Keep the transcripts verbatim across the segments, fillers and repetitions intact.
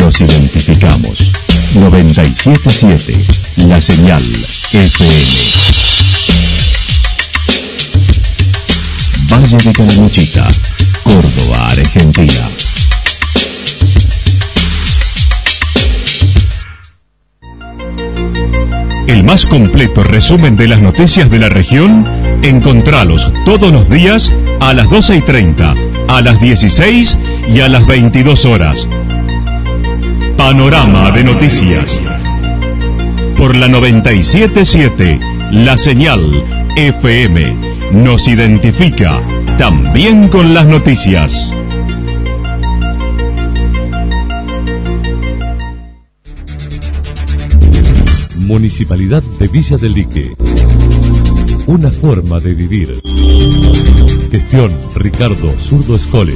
nos identificamos. noventa y siete punto siete, La Señal F M. Valle de Calamuchita, Córdoba, Argentina. El más completo resumen de las noticias de la región, encontralos todos los días a las doce y treinta, a las dieciséis y a las veintidós horas. Panorama de Noticias. Por la noventa y siete punto siete, La Señal F M nos identifica también con las noticias. Municipalidad de Villa del Lique. Una forma de vivir. Gestión Ricardo Zurdo Escole.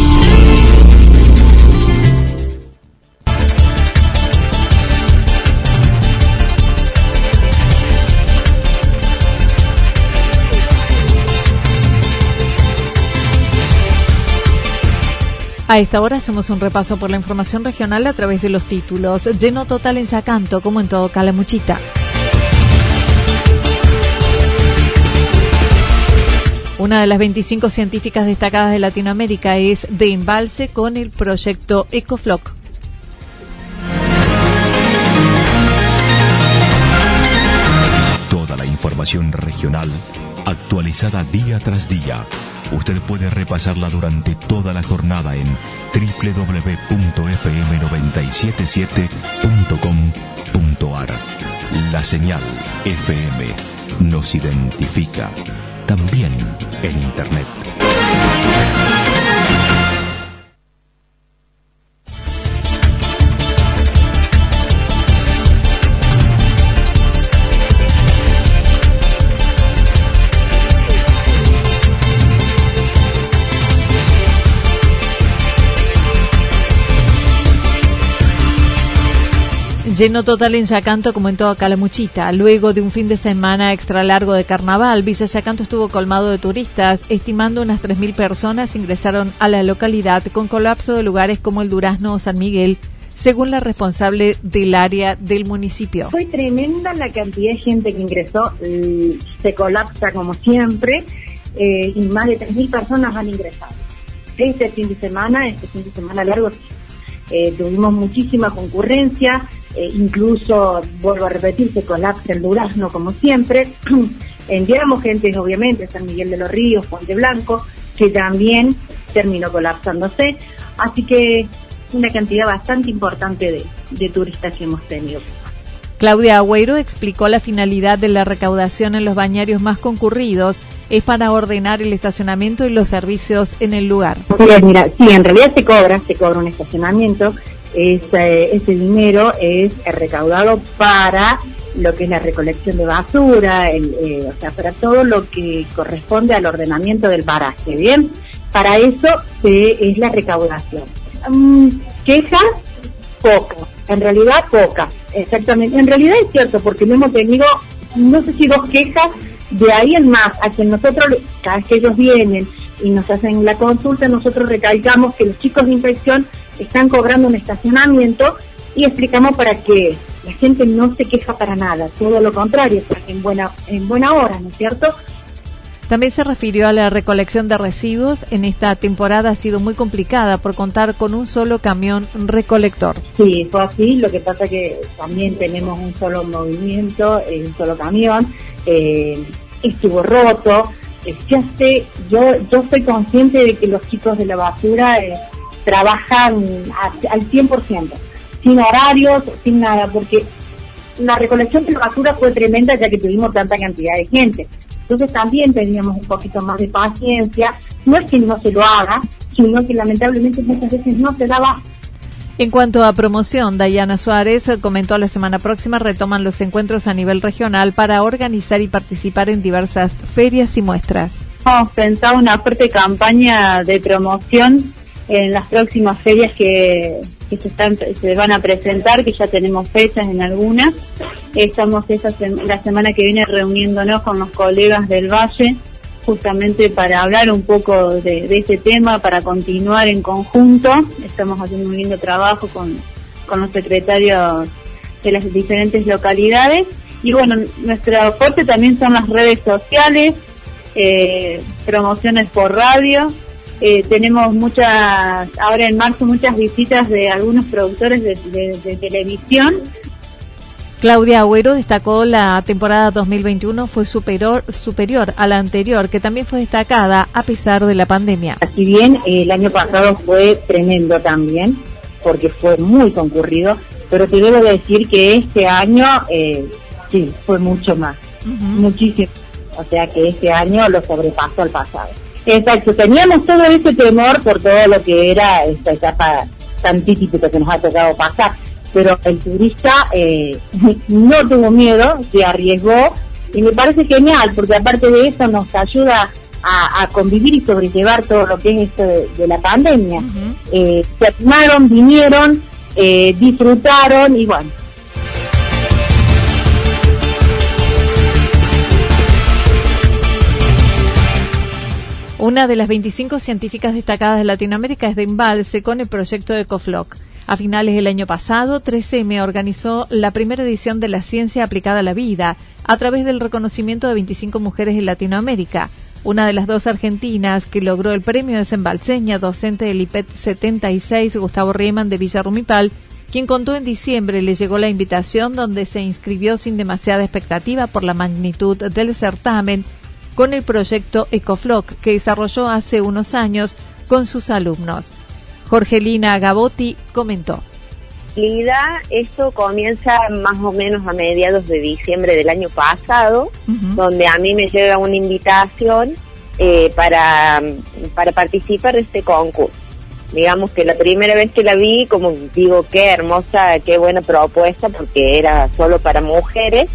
A esta hora hacemos un repaso por la información regional a través de los títulos. Lleno total en Yacanto, como en todo Calamuchita. Una de las veinticinco científicas destacadas de Latinoamérica es de embalse con el proyecto Ecofloc. Toda la información regional actualizada día tras día. Usted puede repasarla durante toda la jornada en doble u doble u doble u punto f m noventa y siete siete punto com punto a r. La Señal F M nos identifica también en Internet. Lleno total en Yacanto, como en toda Calamuchita. Luego de un fin de semana extra largo de carnaval, Villa Yacanto estuvo colmado de turistas, estimando unas tres mil personas ingresaron a la localidad con colapso de lugares como el Durazno o San Miguel, según la responsable del área del municipio. Fue tremenda la cantidad de gente que ingresó, se colapsa como siempre, eh, y más de tres mil personas han ingresado. Este fin de semana, este fin de semana largo, eh, tuvimos muchísima concurrencia. Eh, incluso, vuelvo a repetir, se colapsa el Durazno como siempre. Enviamos gente, obviamente, San Miguel de los Ríos, Puente Blanco, que también terminó colapsándose. Así que una cantidad bastante importante de, de turistas que hemos tenido. Claudia Agüero explicó la finalidad de la recaudación en los bañarios más concurridos es para ordenar el estacionamiento y los servicios en el lugar. Mira, mira, sí, en realidad se cobra, se cobra un estacionamiento. Ese, ese dinero es recaudado para lo que es la recolección de basura, el, eh, o sea, para todo lo que corresponde al ordenamiento del paraje, ¿bien? Para eso se, es la recaudación. Um, ¿Quejas? Poco, en realidad poca, exactamente. En realidad es cierto, porque no hemos tenido, no sé si dos quejas, de ahí en más, a que nosotros, cada vez que ellos vienen y nos hacen la consulta, nosotros recalcamos que los chicos de inspección están cobrando un estacionamiento y explicamos para que la gente no se queja para nada, todo lo contrario, en buena, en buena hora, ¿no es cierto? También se refirió a la recolección de residuos. En esta temporada ha sido muy complicada por contar con un solo camión recolector. Sí, fue así, lo que pasa que también tenemos un solo movimiento, un solo camión, eh, estuvo roto, eh, ya sé, yo, yo soy consciente de que los chicos de la basura eh, trabajan a, al cien por ciento, sin horarios, sin nada, porque la recolección de la basura fue tremenda ya que tuvimos tanta cantidad de gente. Entonces también teníamos un poquito más de paciencia. No es que no se lo haga, sino que lamentablemente muchas veces no se daba. En cuanto a promoción, Dayana Suárez comentó la semana próxima retoman los encuentros a nivel regional para organizar y participar en diversas ferias y muestras. Hemos pensado una fuerte campaña de promoción en las próximas ferias que, que se están se van a presentar, que ya tenemos fechas en algunas. Estamos esa sem- la semana que viene reuniéndonos con los colegas del Valle, justamente para hablar un poco de, de este tema, para continuar en conjunto. Estamos haciendo un lindo trabajo con, con los secretarios de las diferentes localidades. Y bueno, nuestro aporte también son las redes sociales, eh, promociones por radio. Eh, tenemos muchas, ahora en marzo, muchas visitas de algunos productores de, de, de televisión. Claudia Agüero destacó la temporada dos mil veintiuno fue superior, superior a la anterior, que también fue destacada a pesar de la pandemia. Si bien eh, el año pasado fue tremendo también, porque fue muy concurrido, pero te debo decir que este año eh, sí, fue mucho más, uh-huh. muchísimo. O sea que este año lo sobrepasó al pasado. Exacto, teníamos todo ese temor por todo lo que era esta etapa tan típica que nos ha tocado pasar. Pero el turista eh, no tuvo miedo, se arriesgó y me parece genial porque aparte de eso nos ayuda a, a convivir y sobrellevar todo lo que es esto de, de la pandemia. Uh-huh. eh, se animaron, vinieron, eh, disfrutaron y bueno. Una de las veinticinco científicas destacadas de Latinoamérica es de Embalse con el proyecto Ecofloc. A finales del año pasado, tres eme organizó la primera edición de la ciencia aplicada a la vida a través del reconocimiento de veinticinco mujeres en Latinoamérica. Una de las dos argentinas que logró el premio es embalseña, docente del I P E T setenta y seis, Gustavo Riemann de Villa Rumipal, quien contó en diciembre le llegó la invitación donde se inscribió sin demasiada expectativa por la magnitud del certamen con el proyecto Ecofloc que desarrolló hace unos años con sus alumnos. Jorgelina Gabotti comentó. En realidad, esto comienza más o menos a mediados de diciembre del año pasado, uh-huh. donde a mí me llega una invitación eh, para, para participar de este concurso. Digamos que la primera vez que la vi, como digo, qué hermosa, qué buena propuesta, porque era solo para mujeres.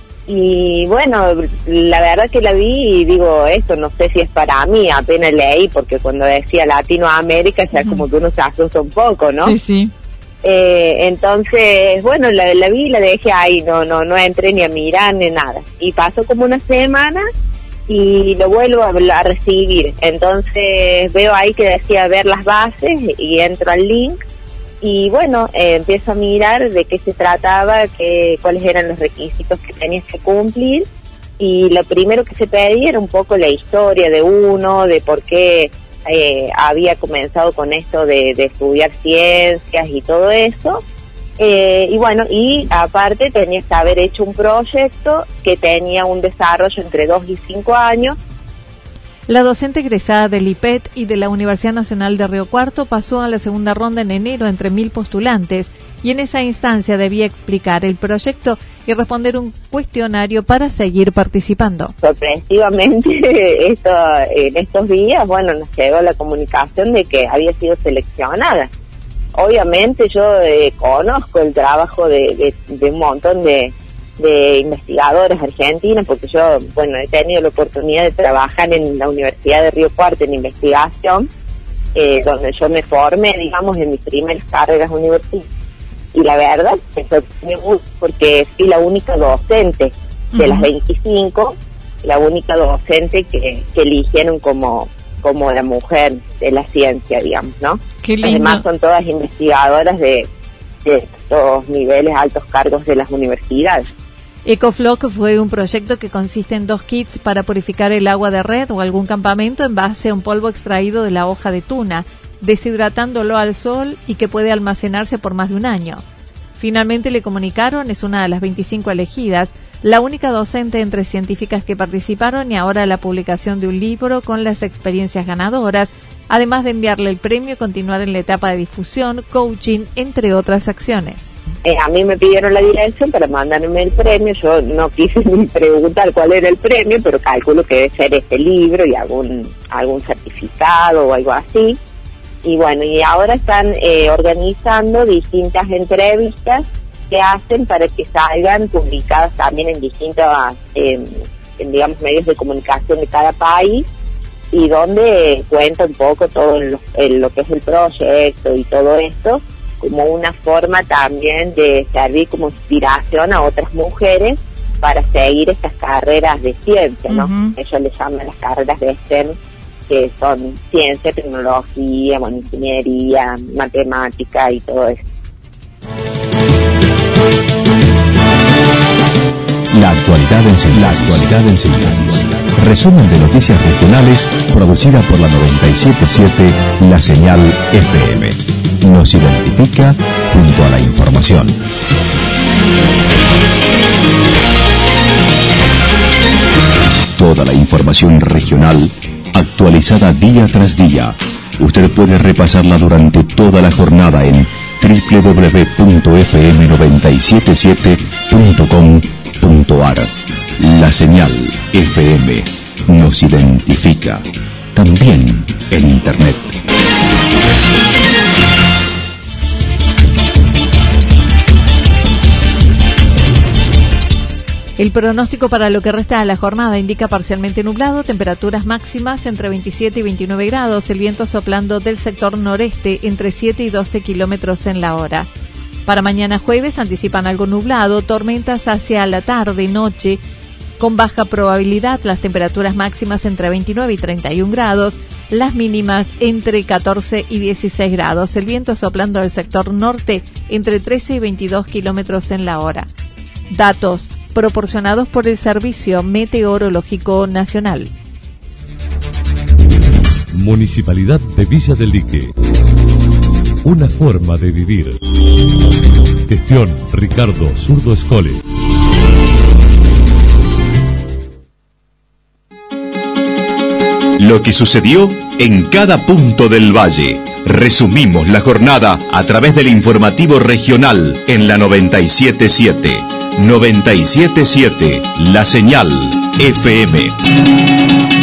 Y bueno, la verdad que la vi y digo, esto no sé si es para mí, apenas leí, porque cuando decía Latinoamérica ya uh-huh. como que uno se asusta un poco, ¿no? Sí, sí. Eh, entonces, bueno, la, la vi y la dejé ahí, no, no, no entré ni a mirar ni nada. Y pasó como una semana y lo vuelvo a, a recibir. Entonces veo ahí que decía ver las bases y entro al link. Y bueno, eh, empiezo a mirar de qué se trataba, que, cuáles eran los requisitos que tenías que cumplir. Y lo primero que se pedía era un poco la historia de uno, de por qué eh, había comenzado con esto de, de estudiar ciencias y todo eso. Eh, y bueno, y aparte tenías que haber hecho un proyecto que tenía un desarrollo entre dos y cinco años. La docente egresada del I P E T y de la Universidad Nacional de Río Cuarto pasó a la segunda ronda en enero entre mil postulantes y en esa instancia debía explicar el proyecto y responder un cuestionario para seguir participando. Sorpresivamente, esto, en estos días, bueno, nos llegó la comunicación de que había sido seleccionada. Obviamente yo eh, conozco el trabajo de, de, de un montón de... de investigadores argentinos, porque yo, bueno, he tenido la oportunidad de trabajar en la Universidad de Río Cuarto en investigación, eh, donde yo me formé, digamos, en mis primeras carreras universitarias. Y la verdad, me sorprendió mucho porque fui la única docente de uh-huh. las veinticinco, la única docente que, que eligieron como, como la mujer de la ciencia, digamos, ¿no? Qué lindo. Además son todas investigadoras de, de estos niveles, altos cargos de las universidades. Ecofloc fue un proyecto que consiste en dos kits para purificar el agua de red o algún campamento en base a un polvo extraído de la hoja de tuna, deshidratándolo al sol y que puede almacenarse por más de un año. Finalmente le comunicaron, es una de las veinticinco elegidas, la única docente entre científicas que participaron y ahora la publicación de un libro con las experiencias ganadoras, además de enviarle el premio y continuar en la etapa de difusión, coaching, entre otras acciones. Eh, a mí me pidieron la dirección para mandarme el premio, yo no quise ni preguntar cuál era el premio, pero calculo que debe ser este libro y algún algún certificado o algo así. Y bueno, y ahora están eh, organizando distintas entrevistas que hacen para que salgan publicadas también en distintos, eh, en, digamos, medios de comunicación de cada país, y donde cuenta un poco todo lo, lo que es el proyecto y todo esto, como una forma también de servir como inspiración a otras mujeres para seguir estas carreras de ciencia, ¿no? Uh-huh. Ellos les llaman las carreras de STEM, que son ciencia, tecnología, bueno, ingeniería, matemática y todo eso. La actualidad en síntesis. La actualidad en síntesis. Resumen de noticias regionales producida por la noventa y siete punto siete La Señal F M. Nos identifica junto a la información. Toda la información regional actualizada día tras día. Usted puede repasarla durante toda la jornada en doble u doble u doble u punto f m noventa y siete siete punto com punto a r. La Señal F M nos identifica también en Internet. El pronóstico para lo que resta de la jornada indica parcialmente nublado, temperaturas máximas entre veintisiete y veintinueve grados, el viento soplando del sector noreste entre siete y doce kilómetros en la hora. Para mañana jueves anticipan algo nublado, tormentas hacia la tarde y noche, con baja probabilidad, las temperaturas máximas entre veintinueve y treinta y un grados, las mínimas entre catorce y dieciséis grados, el viento soplando del sector norte entre trece y veintidós kilómetros en la hora. Datos proporcionados por el Servicio Meteorológico Nacional. Municipalidad de Villa del Lique. Una forma de vivir. Gestión Ricardo Zurdo Escole. Lo que sucedió en cada punto del valle. Resumimos la jornada a través del informativo regional en la noventa y siete punto siete. noventa y siete punto siete La Señal F M.